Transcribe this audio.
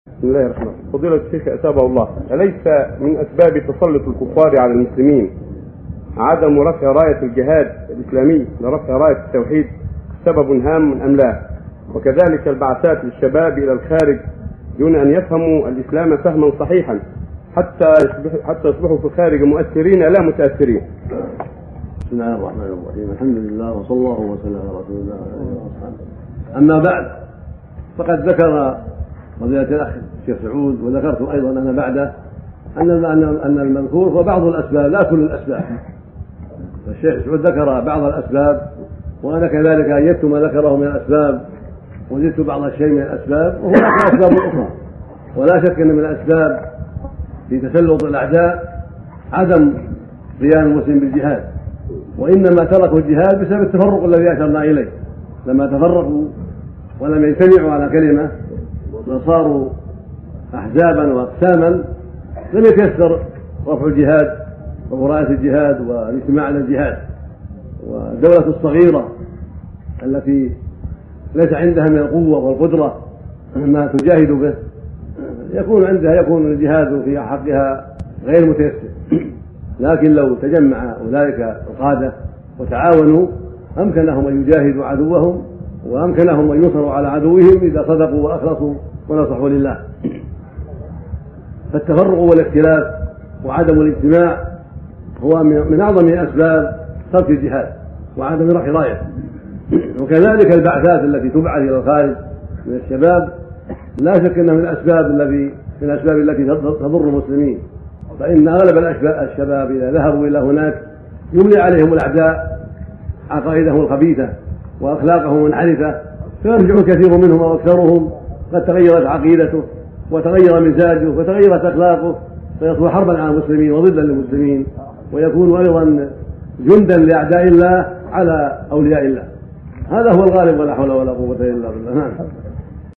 بسم الله الرحمن الرحيم. فضيلة الشيخ أثابه الله، أليس من أسباب تسلط الكفار على المسلمين عدم رفع راية الجهاد الإسلامي لرفع راية التوحيد سبب هام أم لا؟ وكذلك البعثات للشباب إلى الخارج دون أن يفهموا الإسلام فهما صحيحا حتى يصبحوا في الخارج مؤثرين لا متأثرين. بسم الله الرحمن الرحيم. الحمد لله وصلى الله وسلم على رسول الله وعلى اصحابه. اما بعد، فقد ذكر فضيلة الاخ الشيخ سعود وذكرت ايضا انا بعده ان المذكور هو بعض الاسباب لا كل الاسباب. فالشيخ سعود ذكر بعض الاسباب وانا كذلك ايدت ما ذكره من الاسباب وزدت بعض الشيء من الاسباب، وهناك اسباب اخرى. ولا شك ان من الاسباب في تسلط الاعداء عدم قيام المسلم بالجهاد، وإنما تركوا الجهاد بسبب التفرق الذي أشرنا إليه. لما تفرقوا ولم يجتمعوا على كلمة وصاروا أحزابا وأقساما لم يتيسر رفع الجهاد ومراعاة الجهاد والاجتماع على الجهاد. والدولة الصغيرة التي ليس عندها من القوة والقدرة ما تجاهد به يكون الجهاد في حقها غير متيسر. لكن لو تجمع أولئك القادة وتعاونوا أمكنهم أن يجاهدوا عدوهم وأمكنهم أن ينصروا على عدوهم إذا صدقوا وأخلصوا ونصحوا لله. فالتفرق والاختلاف وعدم الاجتماع هو من أعظم أسباب ترك الجهاد وعدم رفع راية. وكذلك البعثات التي تبعث إلى الخارج من الشباب لا شك أنها من الأسباب التي تضر المسلمين، فإن أغلب الشباب إذا ذهبوا إلى هناك يملي عليهم الأعداء عقائدهم الخبيثة وأخلاقهم المنحرفة، فيرجع كثير منهم أو أكثرهم قد تغيرت عقيدته وتغير مزاجه وتغيرت أخلاقه، فيصبح حربا على المسلمين وضدا للمسلمين، ويكون أيضا جندا لأعداء الله على أولياء الله. هذا هو الغالب ولا حول ولا قوة إلا بالله.